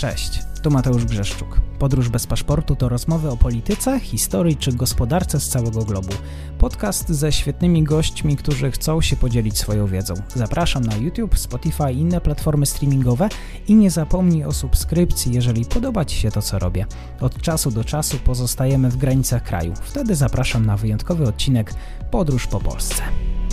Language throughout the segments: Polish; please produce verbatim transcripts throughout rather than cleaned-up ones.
Cześć, tu Mateusz Brzeszczuk. Podróż bez paszportu to rozmowy o polityce, historii czy gospodarce z całego globu. Podcast ze świetnymi gośćmi, którzy chcą się podzielić swoją wiedzą. Zapraszam na YouTube, Spotify i inne platformy streamingowe i nie zapomnij o subskrypcji, jeżeli podoba Ci się to, co robię. Od czasu do czasu pozostajemy w granicach kraju. Wtedy zapraszam na wyjątkowy odcinek Podróż po Polsce.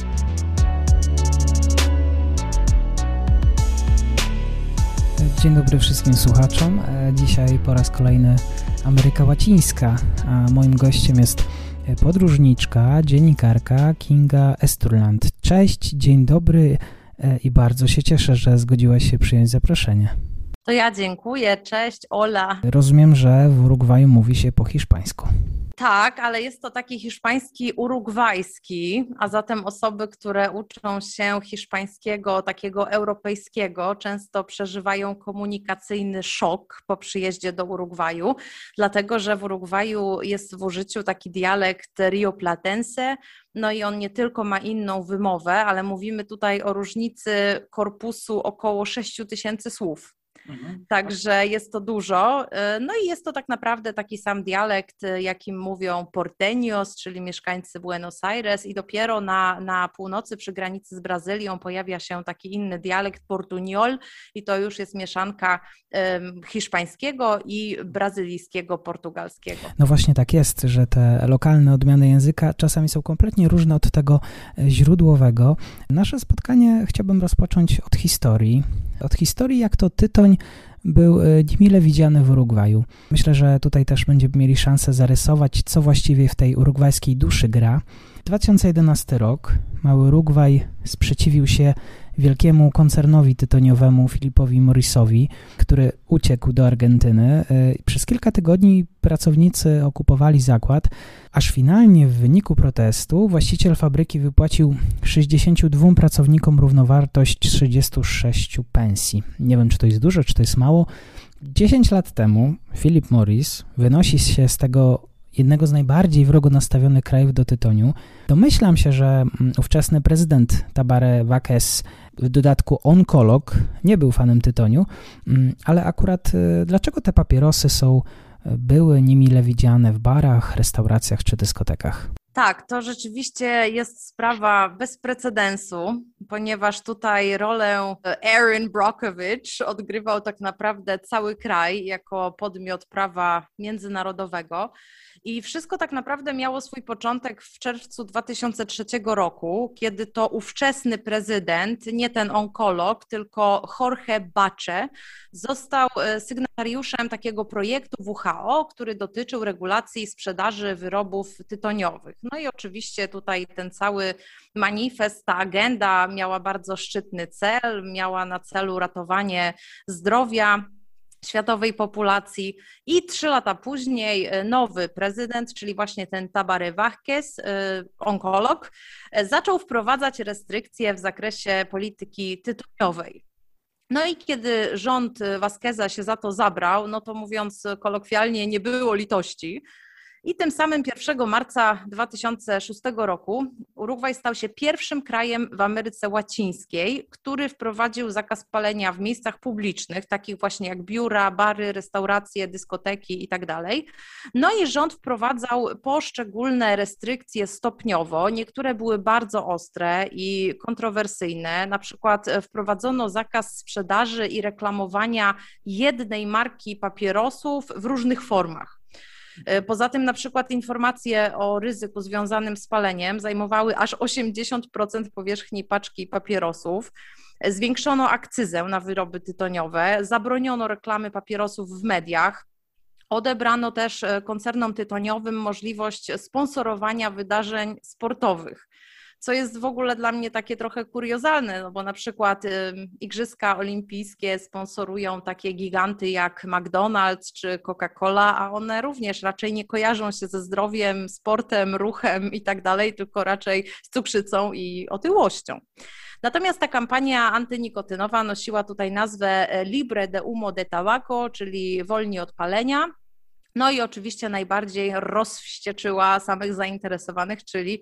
Dzień dobry wszystkim słuchaczom. Dzisiaj po raz kolejny Ameryka Łacińska, a moim gościem jest podróżniczka, dziennikarka Kinga Esterland. Cześć, dzień dobry i bardzo się cieszę, że zgodziłaś się przyjąć zaproszenie. To ja dziękuję, cześć, Ola. Rozumiem, że w Urugwaju mówi się po hiszpańsku. Tak, ale jest to taki hiszpański urugwajski, a zatem osoby, które uczą się hiszpańskiego, takiego europejskiego, często przeżywają komunikacyjny szok po przyjeździe do Urugwaju, dlatego że w Urugwaju jest w użyciu taki dialekt rioplatense, no i on nie tylko ma inną wymowę, ale mówimy tutaj o różnicy korpusu około sześć tysięcy słów. Mhm. Także jest to dużo, no i jest to tak naprawdę taki sam dialekt, jakim mówią porteños, czyli mieszkańcy Buenos Aires, i dopiero na, na północy przy granicy z Brazylią pojawia się taki inny dialekt portuñol i to już jest mieszanka um, hiszpańskiego i brazylijskiego, portugalskiego. No właśnie tak jest, że te lokalne odmiany języka czasami są kompletnie różne od tego źródłowego. Nasze spotkanie chciałbym rozpocząć od historii. Od historii, jak to tytoń był niemile widziany w Urugwaju. Myślę, że tutaj też będziemy mieli szansę zarysować, co właściwie w tej urugwajskiej duszy gra. dwa tysiące jedenasty rok. Mały Urugwaj sprzeciwił się wielkiemu koncernowi tytoniowemu Philipowi Morrisowi, który uciekł do Argentyny. Przez kilka tygodni pracownicy okupowali zakład, aż finalnie w wyniku protestu właściciel fabryki wypłacił sześćdziesięciu dwóm pracownikom równowartość trzydziestu sześciu pensji. Nie wiem, czy to jest dużo, czy to jest mało. dziesięć lat temu Philip Morris wynosi się z tego jednego z najbardziej wrogo nastawionych krajów do tytoniu. Domyślam się, że ówczesny prezydent Tabaré Vázquez, w dodatku onkolog, nie był fanem tytoniu, ale akurat dlaczego te papierosy są, były niemile widziane w barach, restauracjach czy dyskotekach? Tak, to rzeczywiście jest sprawa bez precedensu, ponieważ tutaj rolę Erin Brockovich odgrywał tak naprawdę cały kraj jako podmiot prawa międzynarodowego i wszystko tak naprawdę miało swój początek w czerwcu dwa tysiące trzeciego roku, kiedy to ówczesny prezydent, nie ten onkolog, tylko Jorge Bache, został sygnatariuszem takiego projektu W H O, który dotyczył regulacji sprzedaży wyrobów tytoniowych. No i oczywiście tutaj ten cały manifest, ta agenda miała bardzo szczytny cel, miała na celu ratowanie zdrowia światowej populacji i trzy lata później nowy prezydent, czyli właśnie ten Tabaré Vázquez, onkolog, zaczął wprowadzać restrykcje w zakresie polityki tytoniowej. No i kiedy rząd Vázqueza się za to zabrał, no to mówiąc kolokwialnie, nie było litości. I tym samym pierwszego marca dwa tysiące szóstego roku Urugwaj stał się pierwszym krajem w Ameryce Łacińskiej, który wprowadził zakaz palenia w miejscach publicznych, takich właśnie jak biura, bary, restauracje, dyskoteki i tak dalej. No i rząd wprowadzał poszczególne restrykcje stopniowo. Niektóre były bardzo ostre i kontrowersyjne. Na przykład wprowadzono zakaz sprzedaży i reklamowania jednej marki papierosów w różnych formach. Poza tym na przykład informacje o ryzyku związanym z paleniem zajmowały aż osiemdziesiąt procent powierzchni paczki papierosów. Zwiększono akcyzę na wyroby tytoniowe, zabroniono reklamy papierosów w mediach. Odebrano też koncernom tytoniowym możliwość sponsorowania wydarzeń sportowych, co jest w ogóle dla mnie takie trochę kuriozalne, no bo na przykład y, Igrzyska Olimpijskie sponsorują takie giganty jak McDonald's czy Coca-Cola, a one również raczej nie kojarzą się ze zdrowiem, sportem, ruchem i tak dalej, tylko raczej z cukrzycą i otyłością. Natomiast ta kampania antynikotynowa nosiła tutaj nazwę Libre de Humo de Tabaco, czyli wolni od palenia. No i oczywiście najbardziej rozwścieczyła samych zainteresowanych, czyli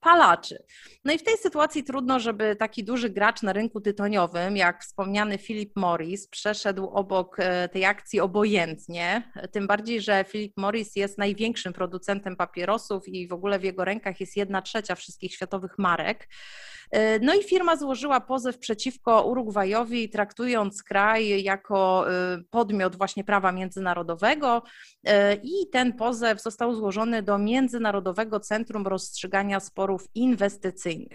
palaczy. No i w tej sytuacji trudno, żeby taki duży gracz na rynku tytoniowym, jak wspomniany Philip Morris, przeszedł obok tej akcji obojętnie, tym bardziej, że Philip Morris jest największym producentem papierosów i w ogóle w jego rękach jest jedna trzecia wszystkich światowych marek. No i firma złożyła pozew przeciwko Urugwajowi, traktując kraj jako podmiot właśnie prawa międzynarodowego i ten pozew został złożony do Międzynarodowego Centrum Rozstrzygania Sporów Inwestycyjnych.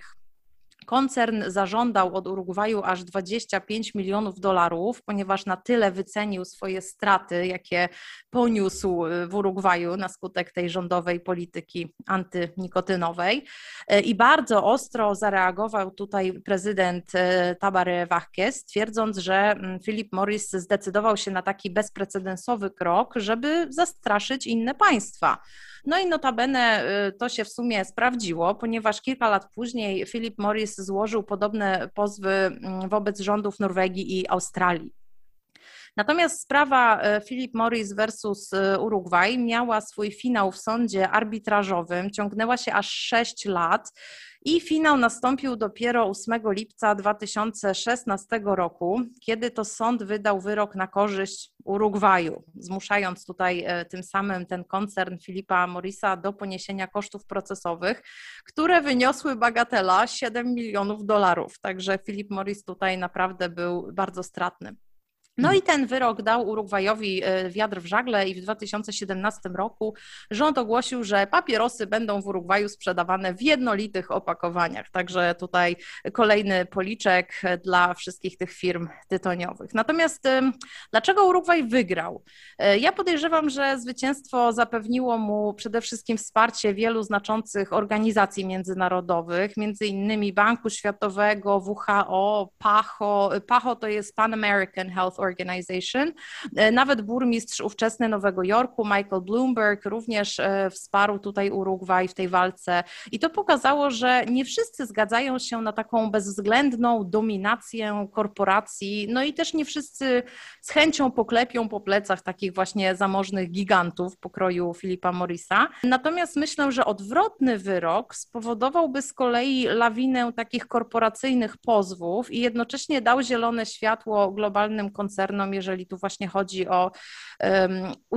Koncern zażądał od Urugwaju aż dwadzieścia pięć milionów dolarów, ponieważ na tyle wycenił swoje straty, jakie poniósł w Urugwaju na skutek tej rządowej polityki antynikotynowej. I bardzo ostro zareagował tutaj prezydent Tabaré Vázquez, twierdząc, że Philip Morris zdecydował się na taki bezprecedensowy krok, żeby zastraszyć inne państwa. No i notabene to się w sumie sprawdziło, ponieważ kilka lat później Philip Morris złożył podobne pozwy wobec rządów Norwegii i Australii. Natomiast sprawa Philip Morris versus Urugwaj miała swój finał w sądzie arbitrażowym, ciągnęła się aż sześć lat i finał nastąpił dopiero ósmego lipca dwa tysiące szesnastego roku, kiedy to sąd wydał wyrok na korzyść Urugwaju, zmuszając tutaj tym samym ten koncern Philipa Morrisa do poniesienia kosztów procesowych, które wyniosły bagatela siedem milionów dolarów. Także Philip Morris tutaj naprawdę był bardzo stratny. No i ten wyrok dał Urugwajowi wiatr w żagle i w dwa tysiące siedemnastym roku rząd ogłosił, że papierosy będą w Urugwaju sprzedawane w jednolitych opakowaniach. Także tutaj kolejny policzek dla wszystkich tych firm tytoniowych. Natomiast dlaczego Urugwaj wygrał? Ja podejrzewam, że zwycięstwo zapewniło mu przede wszystkim wsparcie wielu znaczących organizacji międzynarodowych, między innymi Banku Światowego, W H O, PAHO. PAHO to jest Pan American Health Organization. Nawet burmistrz ówczesny Nowego Jorku, Michael Bloomberg, również wsparł tutaj Urugwaj w tej walce i to pokazało, że nie wszyscy zgadzają się na taką bezwzględną dominację korporacji, no i też nie wszyscy z chęcią poklepią po plecach takich właśnie zamożnych gigantów pokroju Philipa Morrisa. Natomiast myślę, że odwrotny wyrok spowodowałby z kolei lawinę takich korporacyjnych pozwów i jednocześnie dał zielone światło globalnym koncernom, jeżeli tu właśnie chodzi o um,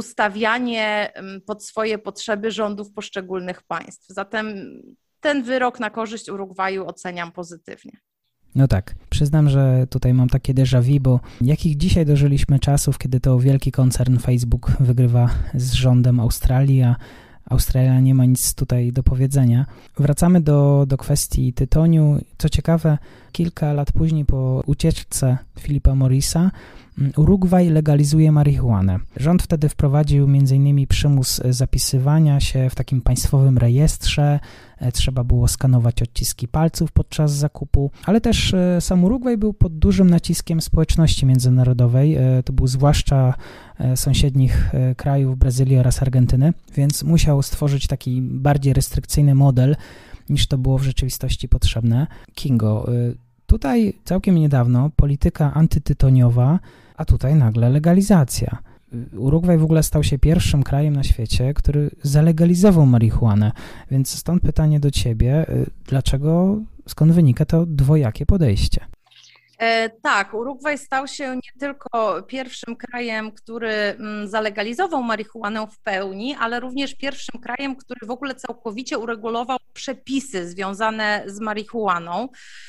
ustawianie pod swoje potrzeby rządów poszczególnych państw. Zatem ten wyrok na korzyść Urugwaju oceniam pozytywnie. No tak, przyznam, że tutaj mam takie déjà vu, bo jakich dzisiaj dożyliśmy czasów, kiedy to wielki koncern Facebook wygrywa z rządem Australii, a Australia nie ma nic tutaj do powiedzenia. Wracamy do, do kwestii tytoniu. Co ciekawe, kilka lat później po ucieczce Philipa Morrisa Urugwaj legalizuje marihuanę. Rząd wtedy wprowadził między innymi przymus zapisywania się w takim państwowym rejestrze. Trzeba było skanować odciski palców podczas zakupu, ale też sam Urugwaj był pod dużym naciskiem społeczności międzynarodowej. To był zwłaszcza sąsiednich krajów Brazylii oraz Argentyny, więc musiał stworzyć taki bardziej restrykcyjny model, niż to było w rzeczywistości potrzebne. Kingo, tutaj całkiem niedawno polityka antytytoniowa, a tutaj nagle legalizacja. Urugwaj w ogóle stał się pierwszym krajem na świecie, który zalegalizował marihuanę, więc stąd pytanie do ciebie, dlaczego, skąd wynika to dwojakie podejście? Tak, Urugwaj stał się nie tylko pierwszym krajem, który zalegalizował marihuanę w pełni, ale również pierwszym krajem, który w ogóle całkowicie uregulował przepisy związane z marihuaną.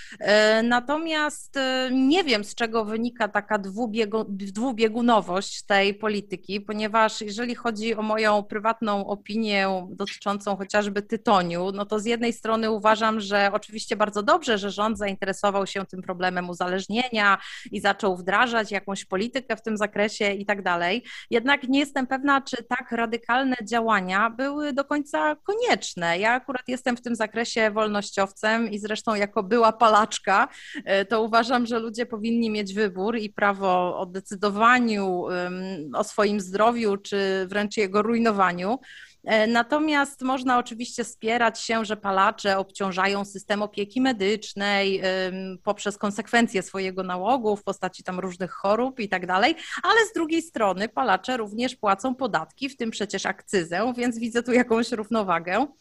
Natomiast nie wiem, z czego wynika taka dwubiegu, dwubiegunowość tej polityki, ponieważ jeżeli chodzi o moją prywatną opinię dotyczącą chociażby tytoniu, no to z jednej strony uważam, że oczywiście bardzo dobrze, że rząd zainteresował się tym problemem uzależnienia i zaczął wdrażać jakąś politykę w tym zakresie i tak dalej. Jednak nie jestem pewna, czy tak radykalne działania były do końca konieczne. Ja akurat jestem w tym zakresie wolnościowcem i zresztą jako była palaczka, to uważam, że ludzie powinni mieć wybór i prawo o decydowaniu o swoim zdrowiu, czy wręcz jego rujnowaniu. Natomiast można oczywiście spierać się, że palacze obciążają system opieki medycznej poprzez konsekwencje swojego nałogu w postaci tam różnych chorób i tak dalej, ale z drugiej strony palacze również płacą podatki, w tym przecież akcyzę, więc widzę tu jakąś równowagę.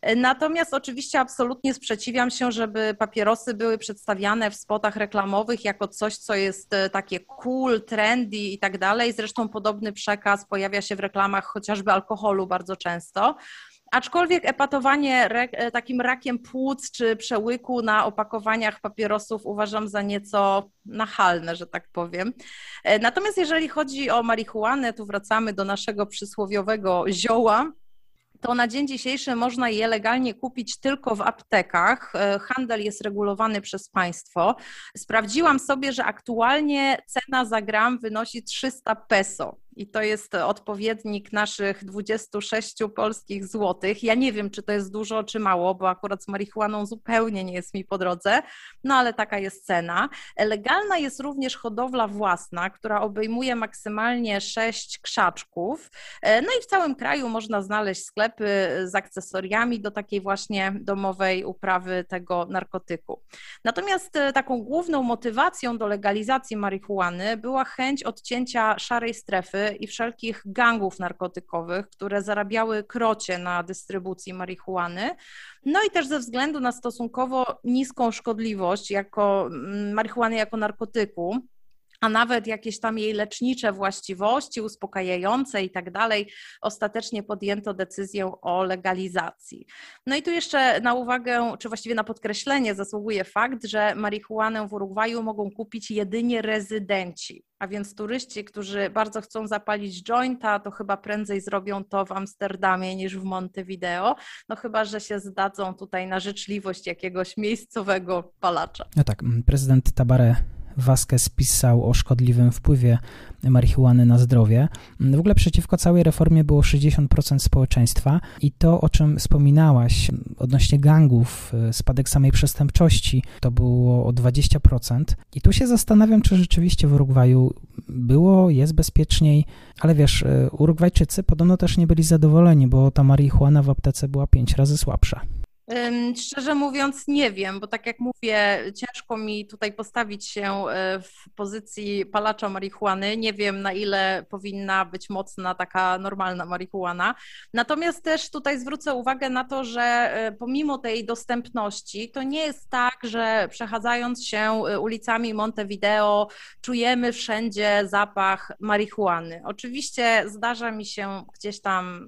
Natomiast oczywiście absolutnie sprzeciwiam się, żeby papierosy były przedstawiane w spotach reklamowych jako coś, co jest takie cool, trendy i tak dalej. Zresztą podobny przekaz pojawia się w reklamach chociażby alkoholu bardzo często. Aczkolwiek epatowanie takim rakiem płuc czy przełyku na opakowaniach papierosów uważam za nieco nachalne, że tak powiem. Natomiast jeżeli chodzi o marihuanę, tu wracamy do naszego przysłowiowego zioła, to na dzień dzisiejszy można je legalnie kupić tylko w aptekach. Handel jest regulowany przez państwo. Sprawdziłam sobie, że aktualnie cena za gram wynosi trzysta peso. I to jest odpowiednik naszych dwudziestu sześciu polskich złotych. Ja nie wiem, czy to jest dużo, czy mało, bo akurat z marihuaną zupełnie nie jest mi po drodze, no ale taka jest cena. Legalna jest również hodowla własna, która obejmuje maksymalnie sześć krzaczków. No i w całym kraju można znaleźć sklepy z akcesoriami do takiej właśnie domowej uprawy tego narkotyku. Natomiast taką główną motywacją do legalizacji marihuany była chęć odcięcia szarej strefy i wszelkich gangów narkotykowych, które zarabiały krocie na dystrybucji marihuany. No i też ze względu na stosunkowo niską szkodliwość jako marihuany jako narkotyku, a nawet jakieś tam jej lecznicze właściwości, uspokajające i tak dalej, ostatecznie podjęto decyzję o legalizacji. No i tu jeszcze na uwagę, czy właściwie na podkreślenie zasługuje fakt, że marihuanę w Urugwaju mogą kupić jedynie rezydenci, a więc turyści, którzy bardzo chcą zapalić jointa, to chyba prędzej zrobią to w Amsterdamie niż w Montevideo, no chyba że się zdadzą tutaj na życzliwość jakiegoś miejscowego palacza. No tak, prezydent Tabaré Vázquez pisał o szkodliwym wpływie marihuany na zdrowie. W ogóle przeciwko całej reformie było sześćdziesiąt procent społeczeństwa i to, o czym wspominałaś odnośnie gangów, spadek samej przestępczości, to było o dwadzieścia procent. I tu się zastanawiam, czy rzeczywiście w Urugwaju było, jest bezpieczniej, ale wiesz, Urugwajczycy podobno też nie byli zadowoleni, bo ta marihuana w aptece była pięć razy słabsza. Szczerze mówiąc nie wiem, bo tak jak mówię, ciężko mi tutaj postawić się w pozycji palacza marihuany. Nie wiem, na ile powinna być mocna taka normalna marihuana. Natomiast też tutaj zwrócę uwagę na to, że pomimo tej dostępności, to nie jest tak, że przechadzając się ulicami Montevideo czujemy wszędzie zapach marihuany. Oczywiście zdarza mi się gdzieś tam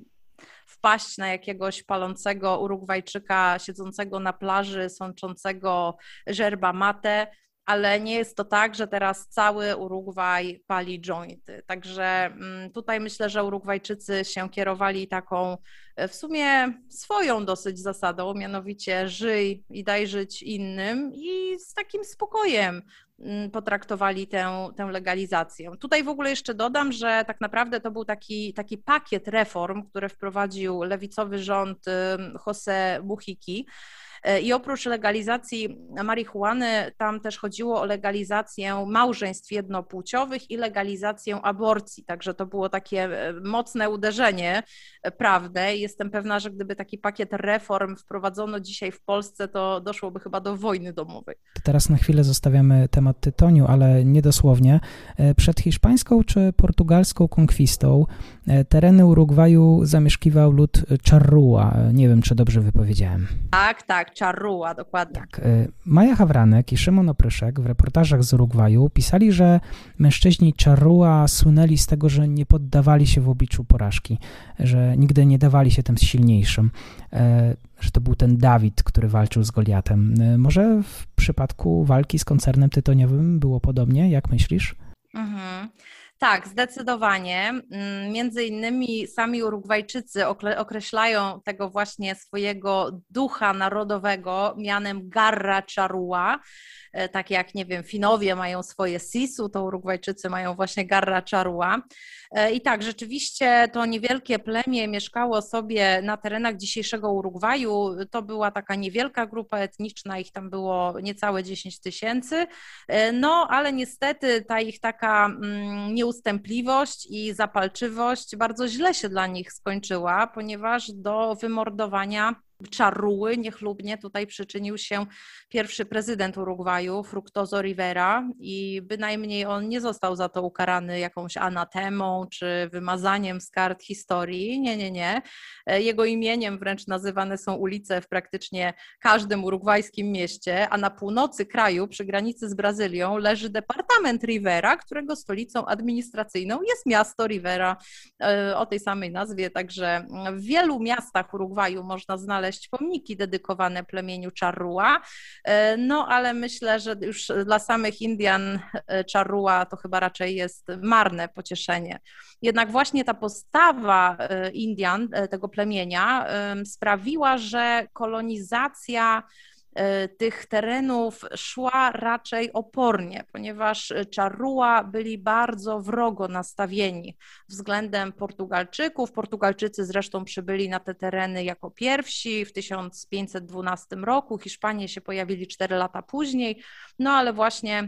wpaść na jakiegoś palącego Urugwajczyka siedzącego na plaży, sączącego yerba mate, ale nie jest to tak, że teraz cały Urugwaj pali jointy. Także tutaj myślę, że Urugwajczycy się kierowali taką w sumie swoją dosyć zasadą, mianowicie żyj i daj żyć innym i z takim spokojem potraktowali tę, tę legalizację. Tutaj w ogóle jeszcze dodam, że tak naprawdę to był taki, taki pakiet reform, które wprowadził lewicowy rząd José Mujiqui. I oprócz legalizacji marihuany, tam też chodziło o legalizację małżeństw jednopłciowych i legalizację aborcji. Także to było takie mocne uderzenie prawne. Jestem pewna, że gdyby taki pakiet reform wprowadzono dzisiaj w Polsce, to doszłoby chyba do wojny domowej. Teraz na chwilę zostawiamy temat tytoniu, ale nie dosłownie. Przed hiszpańską czy portugalską konkwistą tereny Urugwaju zamieszkiwał lud Charrúa. Nie wiem, czy dobrze wypowiedziałem. Tak, tak. Charrúa, dokładnie. Tak. Maja Hawranek i Szymon Opryszek w reportażach z Urugwaju pisali, że mężczyźni Charrúa słynęli z tego, że nie poddawali się w obliczu porażki, że nigdy nie dawali się tym silniejszym, że to był ten Dawid, który walczył z Goliatem. Może w przypadku walki z koncernem tytoniowym było podobnie? Jak myślisz? Mhm. Tak, zdecydowanie. Między innymi sami Urugwajczycy określają tego właśnie swojego ducha narodowego mianem Garra Charrúa. Tak jak, nie wiem, Finowie mają swoje Sisu, to Urugwajczycy mają właśnie Garra Charrúa. I tak, rzeczywiście to niewielkie plemię mieszkało sobie na terenach dzisiejszego Urugwaju. To była taka niewielka grupa etniczna, ich tam było niecałe dziesięć tysięcy. No, ale niestety ta ich taka nieustępliwość i zapalczywość bardzo źle się dla nich skończyła, ponieważ do wymordowania Charrúy niechlubnie tutaj przyczynił się pierwszy prezydent Urugwaju, Fructuoso Rivera, i bynajmniej on nie został za to ukarany jakąś anatemą czy wymazaniem z kart historii. Nie, nie, nie. Jego imieniem wręcz nazywane są ulice w praktycznie każdym urugwajskim mieście, a na północy kraju, przy granicy z Brazylią, leży departament Rivera, którego stolicą administracyjną jest miasto Rivera o tej samej nazwie, także w wielu miastach Urugwaju można znaleźć pomniki dedykowane plemieniu Charrúa, no ale myślę, że już dla samych Indian Charrúa to chyba raczej jest marne pocieszenie. Jednak właśnie ta postawa Indian, tego plemienia, sprawiła, że kolonizacja tych terenów szła raczej opornie, ponieważ Charrúa byli bardzo wrogo nastawieni względem Portugalczyków. Portugalczycy zresztą przybyli na te tereny jako pierwsi w tysiąc pięćset dwunastym roku, Hiszpanie się pojawili cztery lata później, no ale właśnie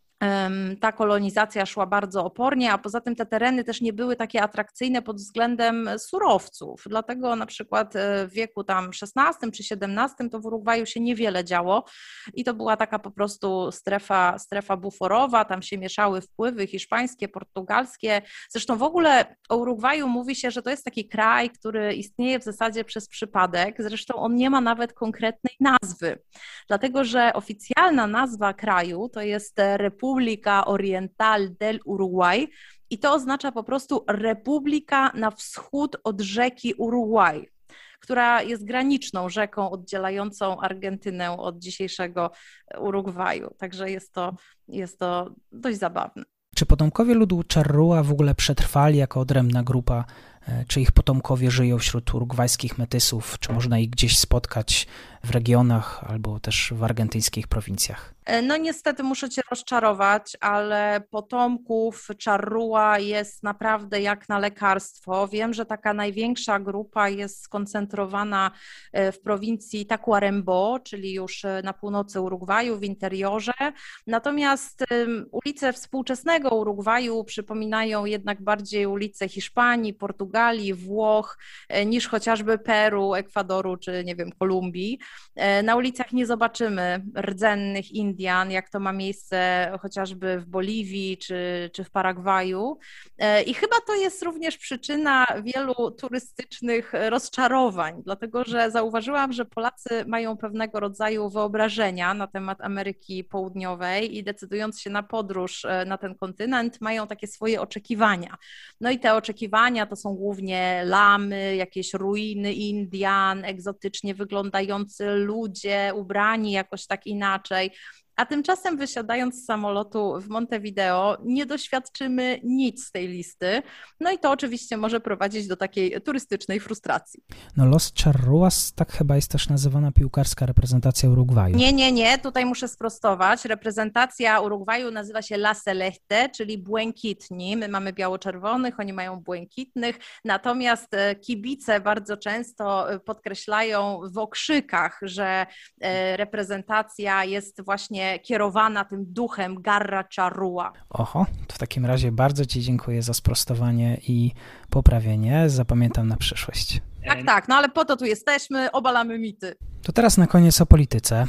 ta kolonizacja szła bardzo opornie, a poza tym te tereny też nie były takie atrakcyjne pod względem surowców, dlatego na przykład w wieku tam szesnastym czy siedemnastym to w Urugwaju się niewiele działo i to była taka po prostu strefa, strefa buforowa, tam się mieszały wpływy hiszpańskie, portugalskie. Zresztą w ogóle o Urugwaju mówi się, że to jest taki kraj, który istnieje w zasadzie przez przypadek, zresztą on nie ma nawet konkretnej nazwy, dlatego że oficjalna nazwa kraju to jest Republika Oriental del Uruguay i to oznacza po prostu Republika na wschód od rzeki Uruguay, która jest graniczną rzeką oddzielającą Argentynę od dzisiejszego Urugwaju. Także jest to, jest to dość zabawne. Czy potomkowie ludu Charrúa w ogóle przetrwali jako odrębna grupa? Czy ich potomkowie żyją wśród urugwajskich metysów? Czy można ich gdzieś spotkać w regionach albo też w argentyńskich prowincjach? No niestety muszę Cię rozczarować, ale potomków Charrúa jest naprawdę jak na lekarstwo. Wiem, że taka największa grupa jest skoncentrowana w prowincji Tacuarembó, czyli już na północy Urugwaju, w interiorze. Natomiast ulice współczesnego Urugwaju przypominają jednak bardziej ulice Hiszpanii, Portugalii, Włoch, niż chociażby Peru, Ekwadoru czy nie wiem, Kolumbii. Na ulicach nie zobaczymy rdzennych Indian, jak to ma miejsce chociażby w Boliwii czy, czy w Paragwaju. I chyba to jest również przyczyna wielu turystycznych rozczarowań, dlatego że zauważyłam, że Polacy mają pewnego rodzaju wyobrażenia na temat Ameryki Południowej i decydując się na podróż na ten kontynent, mają takie swoje oczekiwania. No i te oczekiwania to są głównie lamy, jakieś ruiny Indian, egzotycznie wyglądający ludzie, ubrani jakoś tak inaczej. A tymczasem wysiadając z samolotu w Montevideo nie doświadczymy nic z tej listy. No i to oczywiście może prowadzić do takiej turystycznej frustracji. No Los Charrúas, tak chyba jest też nazywana piłkarska reprezentacja Urugwaju. Nie, nie, nie, tutaj muszę sprostować. Reprezentacja Urugwaju nazywa się La Celeste, czyli błękitni. My mamy biało-czerwonych, oni mają błękitnych, natomiast kibice bardzo często podkreślają w okrzykach, że reprezentacja jest właśnie kierowana tym duchem Garra Charrúa. Oho, to w takim razie bardzo Ci dziękuję za sprostowanie i poprawienie. Zapamiętam na przyszłość. Tak, tak, no ale po to tu jesteśmy, obalamy mity. To teraz na koniec o polityce.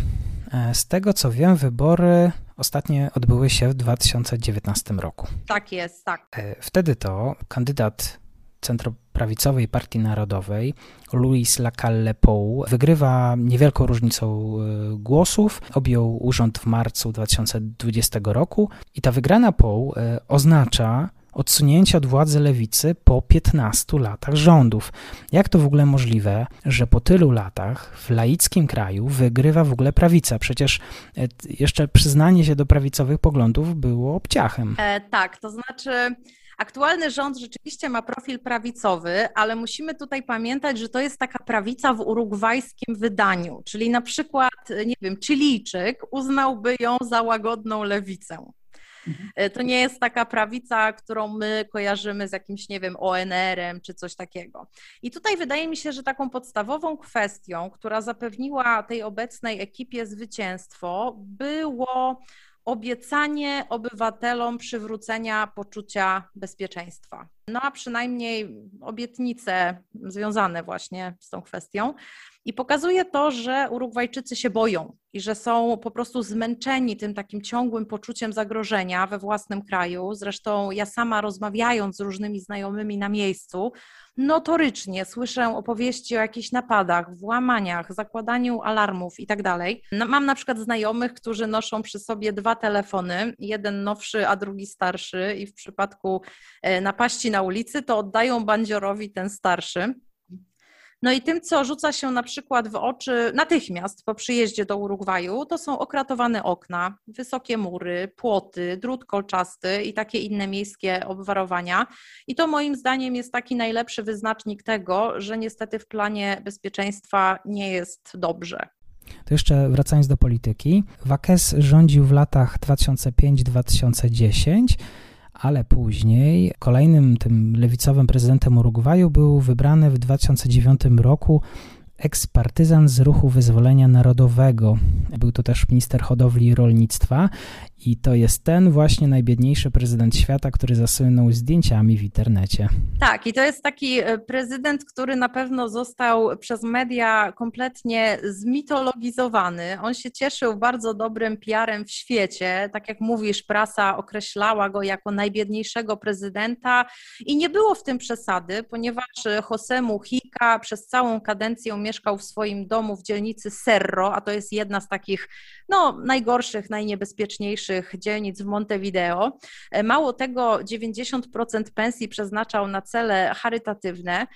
Z tego co wiem, wybory ostatnie odbyły się w dwa tysiące dziewiętnastym roku. Tak jest, tak. Wtedy to kandydat centroprawicowej Partii Narodowej Luis Lacalle Pou wygrywa niewielką różnicą głosów, objął urząd w marcu dwa tysiące dwudziestego roku i ta wygrana Pou oznacza odsunięcie od władzy lewicy po piętnastu latach rządów. Jak to w ogóle możliwe, że po tylu latach w laickim kraju wygrywa w ogóle prawica? Przecież jeszcze przyznanie się do prawicowych poglądów było obciachem. E, tak, to znaczy... Aktualny rząd rzeczywiście ma profil prawicowy, ale musimy tutaj pamiętać, że to jest taka prawica w urugwajskim wydaniu, czyli na przykład, nie wiem, Chilijczyk uznałby ją za łagodną lewicę. To nie jest taka prawica, którą my kojarzymy z jakimś, nie wiem, O N R-em czy coś takiego. I tutaj wydaje mi się, że taką podstawową kwestią, która zapewniła tej obecnej ekipie zwycięstwo, było obiecanie obywatelom przywrócenia poczucia bezpieczeństwa. no a przynajmniej obietnice związane właśnie z tą kwestią. I pokazuje to, że Urugwajczycy się boją i że są po prostu zmęczeni tym takim ciągłym poczuciem zagrożenia we własnym kraju. Zresztą ja sama, rozmawiając z różnymi znajomymi na miejscu, notorycznie słyszę opowieści o jakichś napadach, włamaniach, zakładaniu alarmów i tak dalej. Mam na przykład znajomych, którzy noszą przy sobie dwa telefony, jeden nowszy, a drugi starszy, i w przypadku napaści na ulicy to oddają bandziorowi ten starszy. No i tym, co rzuca się na przykład w oczy natychmiast po przyjeździe do Urugwaju, to są okratowane okna, wysokie mury, płoty, drut kolczasty i takie inne miejskie obwarowania. I to moim zdaniem jest taki najlepszy wyznacznik tego, że niestety w planie bezpieczeństwa nie jest dobrze. To jeszcze wracając do polityki, Vázquez rządził w latach dwa tysiące piąty do dwa tysiące dziesiątego, ale później kolejnym tym lewicowym prezydentem Urugwaju był wybrany w dwa tysiące dziewiątym roku ekspartyzant z Ruchu Wyzwolenia Narodowego. Był to też minister hodowli i rolnictwa i to jest ten właśnie najbiedniejszy prezydent świata, który zasłynął zdjęciami w internecie. Tak, i to jest taki prezydent, który na pewno został przez media kompletnie zmitologizowany. On się cieszył bardzo dobrym P R em w świecie. Tak jak mówisz, prasa określała go jako najbiedniejszego prezydenta i nie było w tym przesady, ponieważ José Mujica przez całą kadencję mieszkał w swoim domu w dzielnicy Cerro, a to jest jedna z takich no, najgorszych, najniebezpieczniejszych dzielnic w Montevideo. Mało tego, dziewięćdziesiąt procent pensji przeznaczał na cele charytatywne,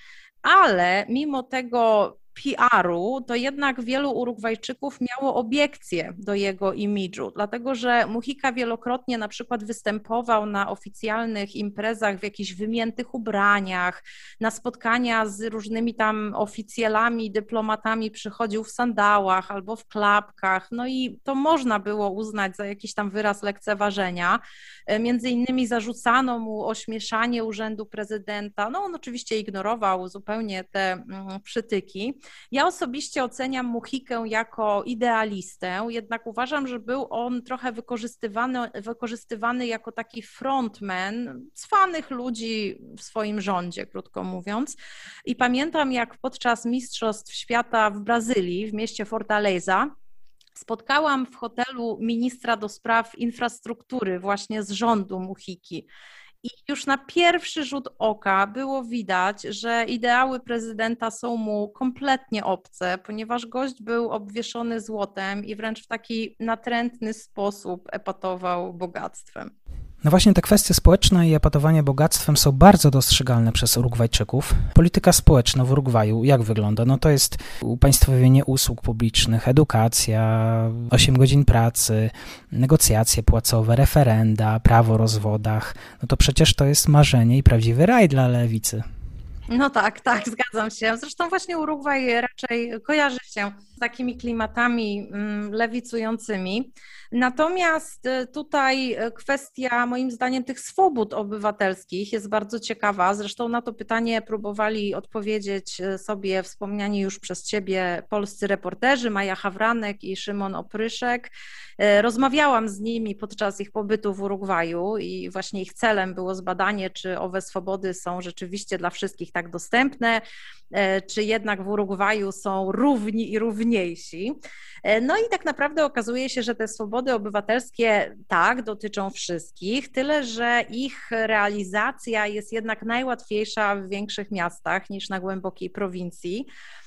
ale mimo tego P R u, to jednak wielu Urugwajczyków miało obiekcje do jego imidżu, dlatego że Mujica wielokrotnie na przykład występował na oficjalnych imprezach w jakichś wymiętych ubraniach, na spotkania z różnymi tam oficjalami, dyplomatami przychodził w sandałach albo w klapkach, no i to można było uznać za jakiś tam wyraz lekceważenia. Między innymi zarzucano mu ośmieszanie urzędu prezydenta, no on oczywiście ignorował zupełnie te przytyki. Ja osobiście oceniam Mujikę jako idealistę, jednak uważam, że był on trochę wykorzystywany, wykorzystywany jako taki frontman cwanych ludzi w swoim rządzie, krótko mówiąc. I pamiętam, jak podczas Mistrzostw Świata w Brazylii, w mieście Fortaleza, spotkałam w hotelu ministra do spraw infrastruktury właśnie z rządu Mujiki. I już na pierwszy rzut oka było widać, że ideały prezydenta są mu kompletnie obce, ponieważ gość był obwieszony złotem i wręcz w taki natrętny sposób epatował bogactwem. No właśnie te kwestie społeczne i epatowanie bogactwem są bardzo dostrzegalne przez Urugwajczyków. Polityka społeczna w Urugwaju jak wygląda? No to jest upaństwowienie usług publicznych, edukacja, osiem godzin pracy, negocjacje płacowe, referenda, prawo o rozwodach. No to przecież to jest marzenie i prawdziwy raj dla lewicy. No tak, tak, zgadzam się. Zresztą właśnie Urugwaj raczej kojarzy się z takimi klimatami lewicującymi. Natomiast tutaj kwestia moim zdaniem tych swobód obywatelskich jest bardzo ciekawa. Zresztą na to pytanie próbowali odpowiedzieć sobie wspomniani już przez Ciebie polscy reporterzy Maja Hawranek i Szymon Opryszek. Rozmawiałam z nimi podczas ich pobytu w Urugwaju i właśnie ich celem było zbadanie, czy owe swobody są rzeczywiście dla wszystkich tak dostępne, czy jednak w Urugwaju są równi i równiejsi. No i tak naprawdę okazuje się, że te swobody obywatelskie tak dotyczą wszystkich, tyle że ich realizacja jest jednak najłatwiejsza w większych miastach niż na głębokiej prowincji.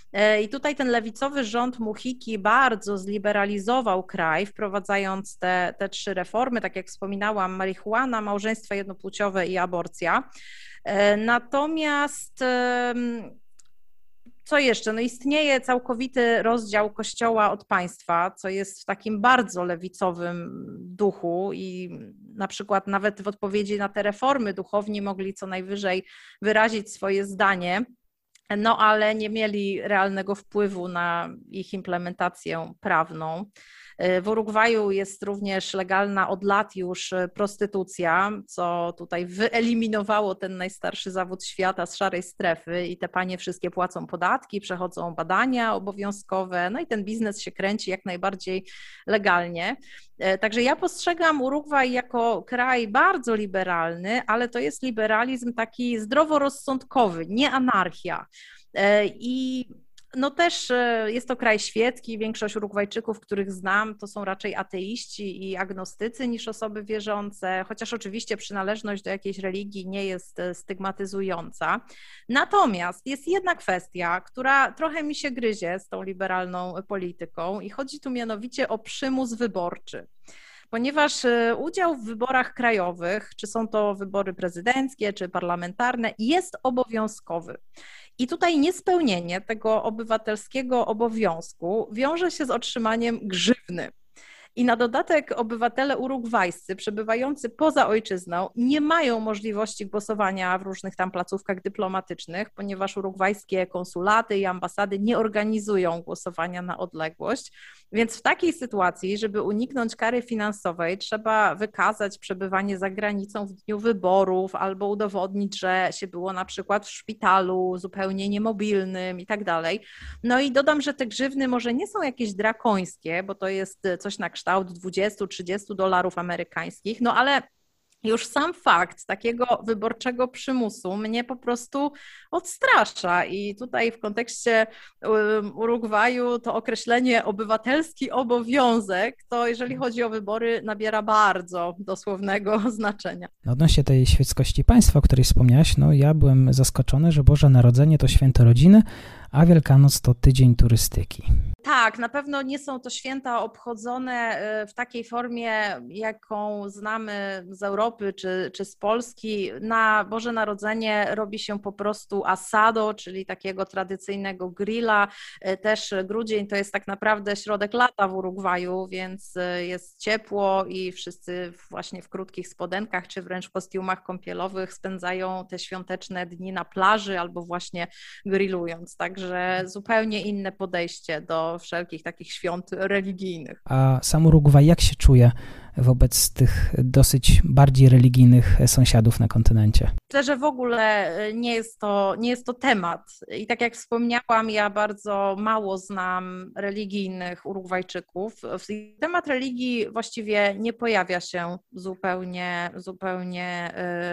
I tutaj ten lewicowy rząd Mujiki bardzo zliberalizował kraj, wprowadzając te, te trzy reformy, tak jak wspominałam, marihuana, małżeństwa jednopłciowe i aborcja. Natomiast co jeszcze? No istnieje całkowity rozdział Kościoła od państwa, co jest w takim bardzo lewicowym duchu i na przykład nawet w odpowiedzi na te reformy duchowni mogli co najwyżej wyrazić swoje zdanie, no ale nie mieli realnego wpływu na ich implementację prawną. W Urugwaju jest również legalna od lat już prostytucja, co tutaj wyeliminowało ten najstarszy zawód świata z szarej strefy i te panie wszystkie płacą podatki, przechodzą badania obowiązkowe, no i ten biznes się kręci jak najbardziej legalnie. Także ja postrzegam Urugwaj jako kraj bardzo liberalny, ale to jest liberalizm taki zdroworozsądkowy, nie anarchia. I no też jest to kraj świecki, większość Urugwajczyków, których znam, to są raczej ateiści i agnostycy niż osoby wierzące, chociaż oczywiście przynależność do jakiejś religii nie jest stygmatyzująca. Natomiast jest jedna kwestia, która trochę mi się gryzie z tą liberalną polityką i chodzi tu mianowicie o przymus wyborczy. Ponieważ udział w wyborach krajowych, czy są to wybory prezydenckie, czy parlamentarne, jest obowiązkowy. I tutaj niespełnienie tego obywatelskiego obowiązku wiąże się z otrzymaniem grzywny. I na dodatek obywatele urugwajscy przebywający poza ojczyzną nie mają możliwości głosowania w różnych tam placówkach dyplomatycznych, ponieważ urugwajskie konsulaty i ambasady nie organizują głosowania na odległość. Więc w takiej sytuacji, żeby uniknąć kary finansowej, trzeba wykazać przebywanie za granicą w dniu wyborów albo udowodnić, że się było na przykład w szpitalu zupełnie niemobilnym i tak dalej. No i dodam, że te grzywny może nie są jakieś drakońskie, bo to jest coś na kształt dwadzieścia do trzydziestu dolarów amerykańskich, no ale już sam fakt takiego wyborczego przymusu mnie po prostu odstrasza i tutaj w kontekście Urugwaju to określenie obywatelski obowiązek, to jeżeli chodzi o wybory nabiera bardzo dosłownego znaczenia. No odnośnie tej świeckości państwa, o której wspomniałaś, no ja byłem zaskoczony, że Boże Narodzenie to święto rodziny, a Wielkanoc to tydzień turystyki. Tak, na pewno nie są to święta obchodzone w takiej formie, jaką znamy z Europy czy, czy z Polski. Na Boże Narodzenie robi się po prostu asado, czyli takiego tradycyjnego grilla. Też grudzień to jest tak naprawdę środek lata w Urugwaju, więc jest ciepło i wszyscy właśnie w krótkich spodenkach czy wręcz w kostiumach kąpielowych spędzają te świąteczne dni na plaży albo właśnie grillując. Także zupełnie inne podejście do wszelkich takich świąt religijnych. A sam Urugwaj jak się czuje wobec tych dosyć bardziej religijnych sąsiadów na kontynencie? Myślę, że w ogóle nie jest to, nie jest to temat. I tak jak wspomniałam, ja bardzo mało znam religijnych Urugwajczyków. Temat religii właściwie nie pojawia się zupełnie, zupełnie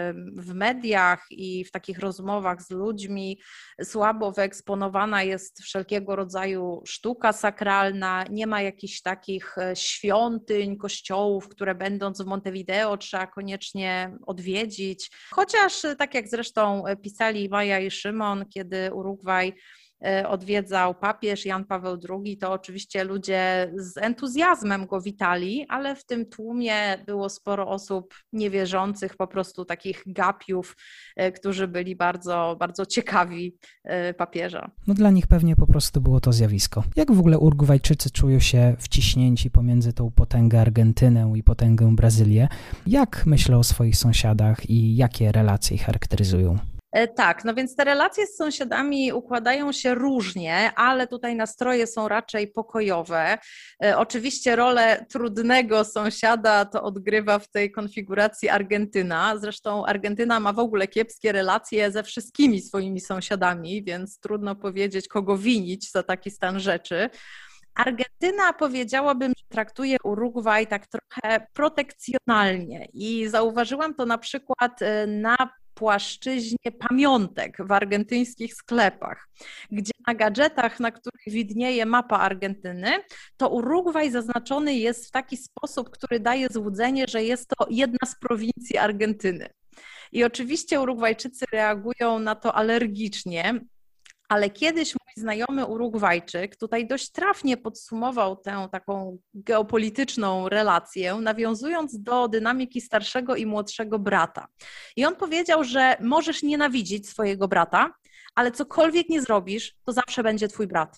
w mediach i w takich rozmowach z ludźmi. Słabo wyeksponowana jest wszelkiego rodzaju sztuka sakralna, nie ma jakichś takich świątyń, kościołów, które będąc w Montevideo trzeba koniecznie odwiedzić. Chociaż tak jak zresztą pisali Maja i Szymon, kiedy Urugwaj odwiedzał papież Jan Paweł drugi, to oczywiście ludzie z entuzjazmem go witali, ale w tym tłumie było sporo osób niewierzących, po prostu takich gapiów, którzy byli bardzo, bardzo ciekawi papieża. No dla nich pewnie po prostu było to zjawisko. Jak w ogóle Urugwajczycy czują się wciśnięci pomiędzy tą potęgę Argentynę i potęgę Brazylię? Jak myślą o swoich sąsiadach i jakie relacje ich charakteryzują? Tak, no więc te relacje z sąsiadami układają się różnie, ale tutaj nastroje są raczej pokojowe. Oczywiście rolę trudnego sąsiada to odgrywa w tej konfiguracji Argentyna. Zresztą Argentyna ma w ogóle kiepskie relacje ze wszystkimi swoimi sąsiadami, więc trudno powiedzieć, kogo winić za taki stan rzeczy. Argentyna, powiedziałabym, traktuje Urugwaj tak trochę protekcjonalnie i zauważyłam to na przykład na płaszczyźnie pamiątek w argentyńskich sklepach, gdzie na gadżetach, na których widnieje mapa Argentyny, to Urugwaj zaznaczony jest w taki sposób, który daje złudzenie, że jest to jedna z prowincji Argentyny. I oczywiście Urugwajczycy reagują na to alergicznie, ale kiedyś mój znajomy Urugwajczyk tutaj dość trafnie podsumował tę taką geopolityczną relację, nawiązując do dynamiki starszego i młodszego brata. I on powiedział, że możesz nienawidzić swojego brata, ale cokolwiek nie zrobisz, to zawsze będzie twój brat.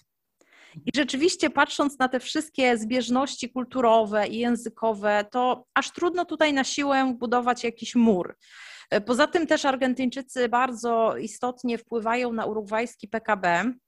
I rzeczywiście patrząc na te wszystkie zbieżności kulturowe i językowe, to aż trudno tutaj na siłę budować jakiś mur. Poza tym też Argentyńczycy bardzo istotnie wpływają na urugwajski P K B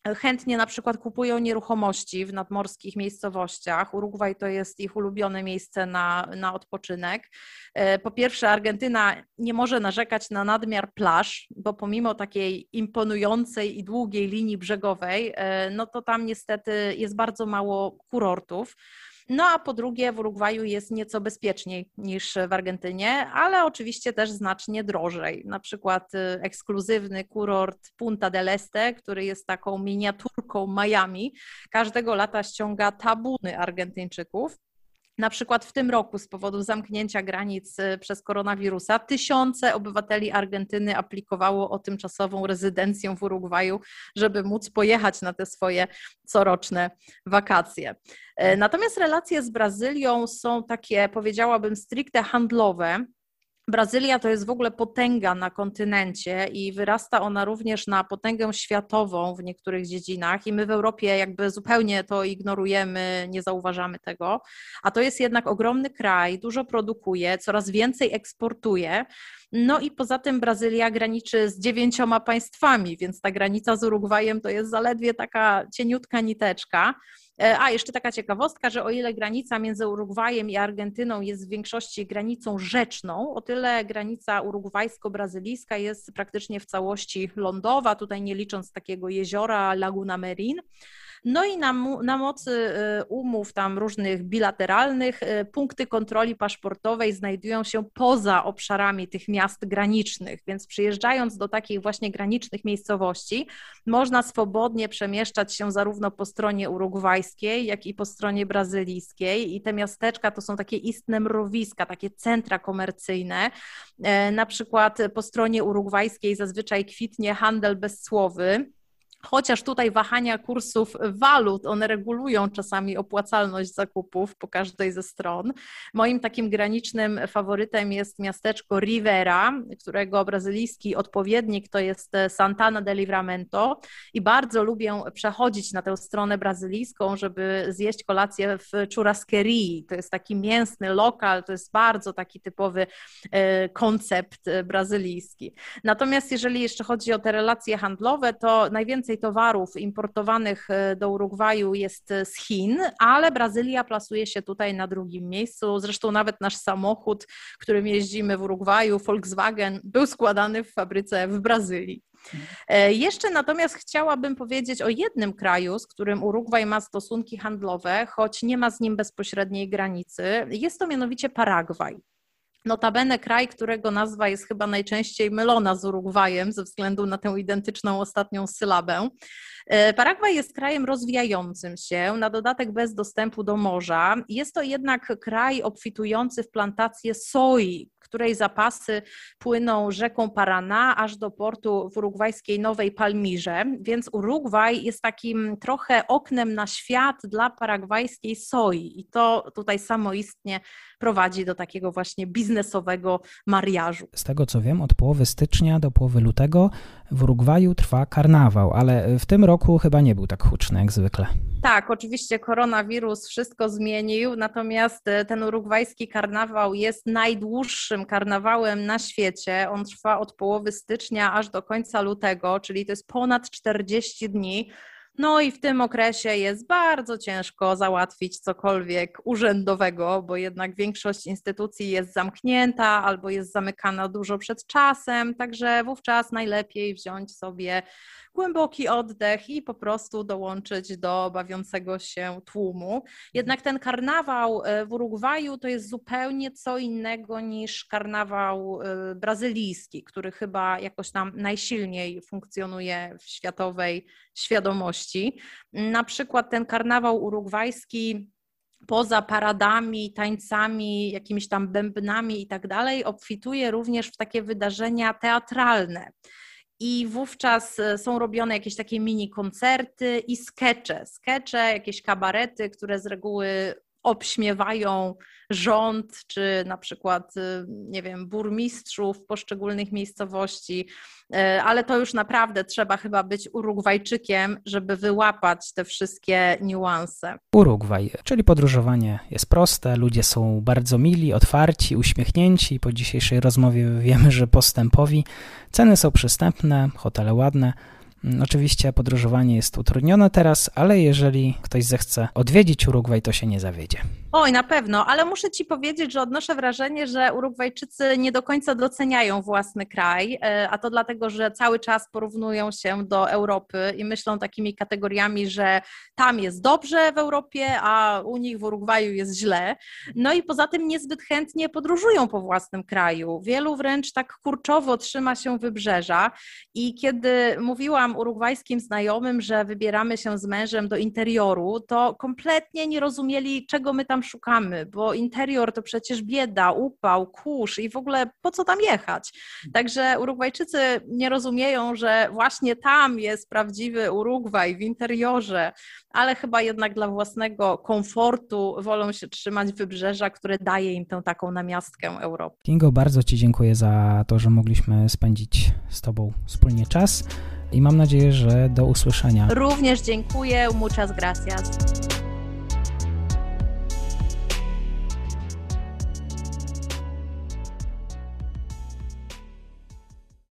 chętnie na przykład kupują nieruchomości w nadmorskich miejscowościach. Urugwaj to jest ich ulubione miejsce na, na odpoczynek. Po pierwsze, Argentyna nie może narzekać na nadmiar plaż, bo pomimo takiej imponującej i długiej linii brzegowej, no to tam niestety jest bardzo mało kurortów. No a po drugie w Urugwaju jest nieco bezpieczniej niż w Argentynie, ale oczywiście też znacznie drożej. Na przykład ekskluzywny kurort Punta del Este, który jest taką miniaturką Miami, każdego lata ściąga tabuny Argentyńczyków. Na przykład w tym roku z powodu zamknięcia granic przez koronawirusa tysiące obywateli Argentyny aplikowało o tymczasową rezydencję w Urugwaju, żeby móc pojechać na te swoje coroczne wakacje. Natomiast relacje z Brazylią są takie, powiedziałabym, stricte handlowe. Brazylia to jest w ogóle potęga na kontynencie i wyrasta ona również na potęgę światową w niektórych dziedzinach i my w Europie jakby zupełnie to ignorujemy, nie zauważamy tego, a to jest jednak ogromny kraj, dużo produkuje, coraz więcej eksportuje. No i poza tym Brazylia graniczy z dziewięcioma państwami, więc ta granica z Urugwajem to jest zaledwie taka cieniutka niteczka. A, jeszcze taka ciekawostka, że o ile granica między Urugwajem i Argentyną jest w większości granicą rzeczną, o tyle granica urugwajsko-brazylijska jest praktycznie w całości lądowa, tutaj nie licząc takiego jeziora Laguna Merin. No i na, na mocy umów tam różnych bilateralnych punkty kontroli paszportowej znajdują się poza obszarami tych miast granicznych, więc przyjeżdżając do takich właśnie granicznych miejscowości można swobodnie przemieszczać się zarówno po stronie urugwajskiej, jak i po stronie brazylijskiej i te miasteczka to są takie istne mrowiska, takie centra komercyjne. Na przykład po stronie urugwajskiej zazwyczaj kwitnie handel bezcłowy. Chociaż tutaj wahania kursów walut, one regulują czasami opłacalność zakupów po każdej ze stron. Moim takim granicznym faworytem jest miasteczko Rivera, którego brazylijski odpowiednik to jest Santana de Livramento i bardzo lubię przechodzić na tę stronę brazylijską, żeby zjeść kolację w churrasquerii. To jest taki mięsny lokal, to jest bardzo taki typowy koncept brazylijski. Natomiast jeżeli jeszcze chodzi o te relacje handlowe, to najwięcej towarów importowanych do Urugwaju jest z Chin, ale Brazylia plasuje się tutaj na drugim miejscu. Zresztą nawet nasz samochód, którym jeździmy w Urugwaju, Volkswagen, był składany w fabryce w Brazylii. Jeszcze natomiast chciałabym powiedzieć o jednym kraju, z którym Urugwaj ma stosunki handlowe, choć nie ma z nim bezpośredniej granicy. Jest to mianowicie Paragwaj. Notabene kraj, którego nazwa jest chyba najczęściej mylona z Urugwajem ze względu na tę identyczną ostatnią sylabę. Paragwaj jest krajem rozwijającym się, na dodatek bez dostępu do morza. Jest to jednak kraj obfitujący w plantacje soi, której zapasy płyną rzeką Paraná aż do portu w urugwajskiej Nowej Palmirze, więc Urugwaj jest takim trochę oknem na świat dla paragwajskiej soi i to tutaj samoistnie prowadzi do takiego właśnie biznesowego mariażu. Z tego co wiem, od połowy stycznia do połowy lutego w Urugwaju trwa karnawał, ale w tym roku chyba nie był tak huczny jak zwykle. Tak, oczywiście koronawirus wszystko zmienił, natomiast ten urugwajski karnawał jest najdłuższym karnawałem na świecie. On trwa od połowy stycznia aż do końca lutego, czyli to jest ponad czterdzieści dni. No i w tym okresie jest bardzo ciężko załatwić cokolwiek urzędowego, bo jednak większość instytucji jest zamknięta albo jest zamykana dużo przed czasem, także wówczas najlepiej wziąć sobie głęboki oddech i po prostu dołączyć do bawiącego się tłumu. Jednak ten karnawał w Urugwaju to jest zupełnie co innego niż karnawał brazylijski, który chyba jakoś tam najsilniej funkcjonuje w światowej świadomości. Na przykład ten karnawał urugwajski poza paradami, tańcami, jakimiś tam bębnami i tak dalej, obfituje również w takie wydarzenia teatralne. I wówczas są robione jakieś takie mini koncerty i skecze, skecze, jakieś kabarety, które z reguły obśmiewają rząd, czy na przykład, nie wiem, burmistrzów poszczególnych miejscowości, ale to już naprawdę trzeba chyba być Urugwajczykiem, żeby wyłapać te wszystkie niuanse. Urugwaj, czyli podróżowanie jest proste, ludzie są bardzo mili, otwarci, uśmiechnięci. Po dzisiejszej rozmowie wiemy, że postępowi. Ceny są przystępne, hotele ładne. Oczywiście podróżowanie jest utrudnione teraz, ale jeżeli ktoś zechce odwiedzić Urugwaj, to się nie zawiedzie. Oj, na pewno, ale muszę Ci powiedzieć, że odnoszę wrażenie, że Urugwajczycy nie do końca doceniają własny kraj, a to dlatego, że cały czas porównują się do Europy i myślą takimi kategoriami, że tam jest dobrze w Europie, a u nich w Urugwaju jest źle. No i poza tym niezbyt chętnie podróżują po własnym kraju. Wielu wręcz tak kurczowo trzyma się wybrzeża i kiedy mówiłam urugwajskim znajomym, że wybieramy się z mężem do interioru, to kompletnie nie rozumieli, czego my tam szukamy, bo interior to przecież bieda, upał, kurz i w ogóle po co tam jechać? Także Urugwajczycy nie rozumieją, że właśnie tam jest prawdziwy Urugwaj w interiorze, ale chyba jednak dla własnego komfortu wolą się trzymać wybrzeża, które daje im tę taką namiastkę Europy. Kingo, bardzo Ci dziękuję za to, że mogliśmy spędzić z Tobą wspólnie czas i mam nadzieję, że do usłyszenia. Również dziękuję, muchas gracias.